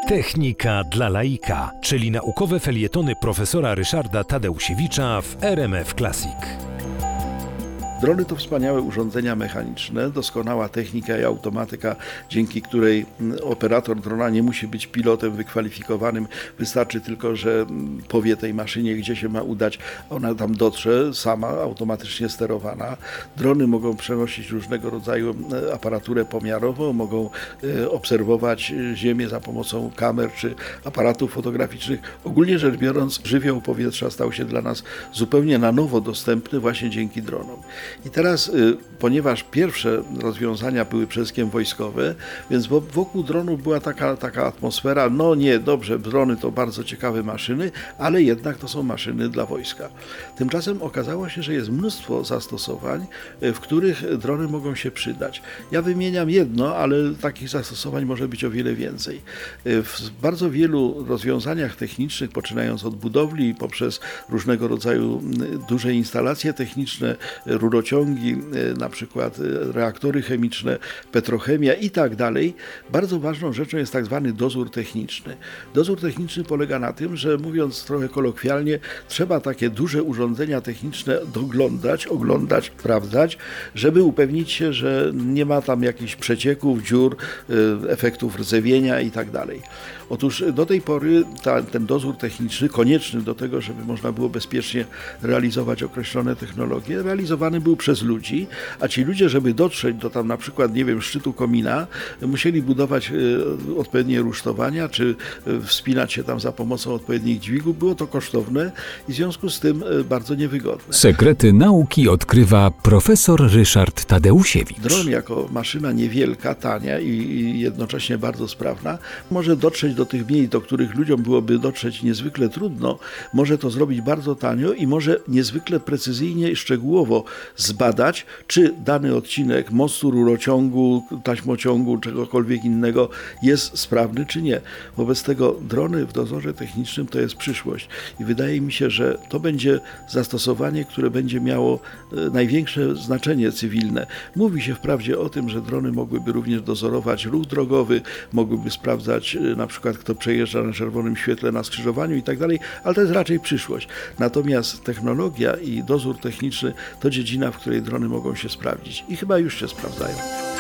Technika dla laika, czyli naukowe felietony profesora Ryszarda Tadeusiewicza w RMF Classic. Drony to wspaniałe urządzenia mechaniczne, doskonała technika i automatyka, dzięki której operator drona nie musi być pilotem wykwalifikowanym. Wystarczy tylko, że powie tej maszynie, gdzie się ma udać, ona tam dotrze, sama, automatycznie sterowana. Drony mogą przenosić różnego rodzaju aparaturę pomiarową, mogą obserwować Ziemię za pomocą kamer czy aparatów fotograficznych. Ogólnie rzecz biorąc, żywioł powietrza stał się dla nas zupełnie na nowo dostępny właśnie dzięki dronom. I teraz, ponieważ pierwsze rozwiązania były przede wszystkim wojskowe, więc wokół dronów była taka atmosfera, no nie, dobrze, drony to bardzo ciekawe maszyny, ale jednak to są maszyny dla wojska. Tymczasem okazało się, że jest mnóstwo zastosowań, w których drony mogą się przydać. Ja wymieniam jedno, ale takich zastosowań może być o wiele więcej. W bardzo wielu rozwiązaniach technicznych, poczynając od budowli, poprzez różnego rodzaju duże instalacje techniczne, rurociągi, na przykład reaktory chemiczne, petrochemia i tak dalej, bardzo ważną rzeczą jest tak zwany dozór techniczny. Dozór techniczny polega na tym, że mówiąc trochę kolokwialnie, trzeba takie duże urządzenia techniczne oglądać, sprawdzać, żeby upewnić się, że nie ma tam jakichś przecieków, dziur, efektów rdzewienia i tak dalej. Otóż do tej pory ten dozór techniczny, konieczny do tego, żeby można było bezpiecznie realizować określone technologie, realizowany był przez ludzi, a ci ludzie, żeby dotrzeć do tam na przykład, nie wiem, szczytu komina, musieli budować odpowiednie rusztowania, czy wspinać się tam za pomocą odpowiednich dźwigów. Było to kosztowne i w związku z tym bardzo niewygodne. Sekrety nauki odkrywa profesor Ryszard Tadeusiewicz. Dron jako maszyna niewielka, tania i jednocześnie bardzo sprawna może dotrzeć do tych miejsc, do których ludziom byłoby dotrzeć niezwykle trudno, może to zrobić bardzo tanio i może niezwykle precyzyjnie i szczegółowo zbadać, czy dany odcinek mostu, rurociągu, taśmociągu, czegokolwiek innego jest sprawny, czy nie. Wobec tego drony w dozorze technicznym to jest przyszłość i wydaje mi się, że to będzie zastosowanie, które będzie miało największe znaczenie cywilne. Mówi się wprawdzie o tym, że drony mogłyby również dozorować ruch drogowy, mogłyby sprawdzać na przykład, kto przejeżdża na czerwonym świetle na skrzyżowaniu i tak dalej, ale to jest raczej przyszłość. Natomiast technologia i dozór techniczny to dziedzina, w której drony mogą się sprawdzić i chyba już się sprawdzają.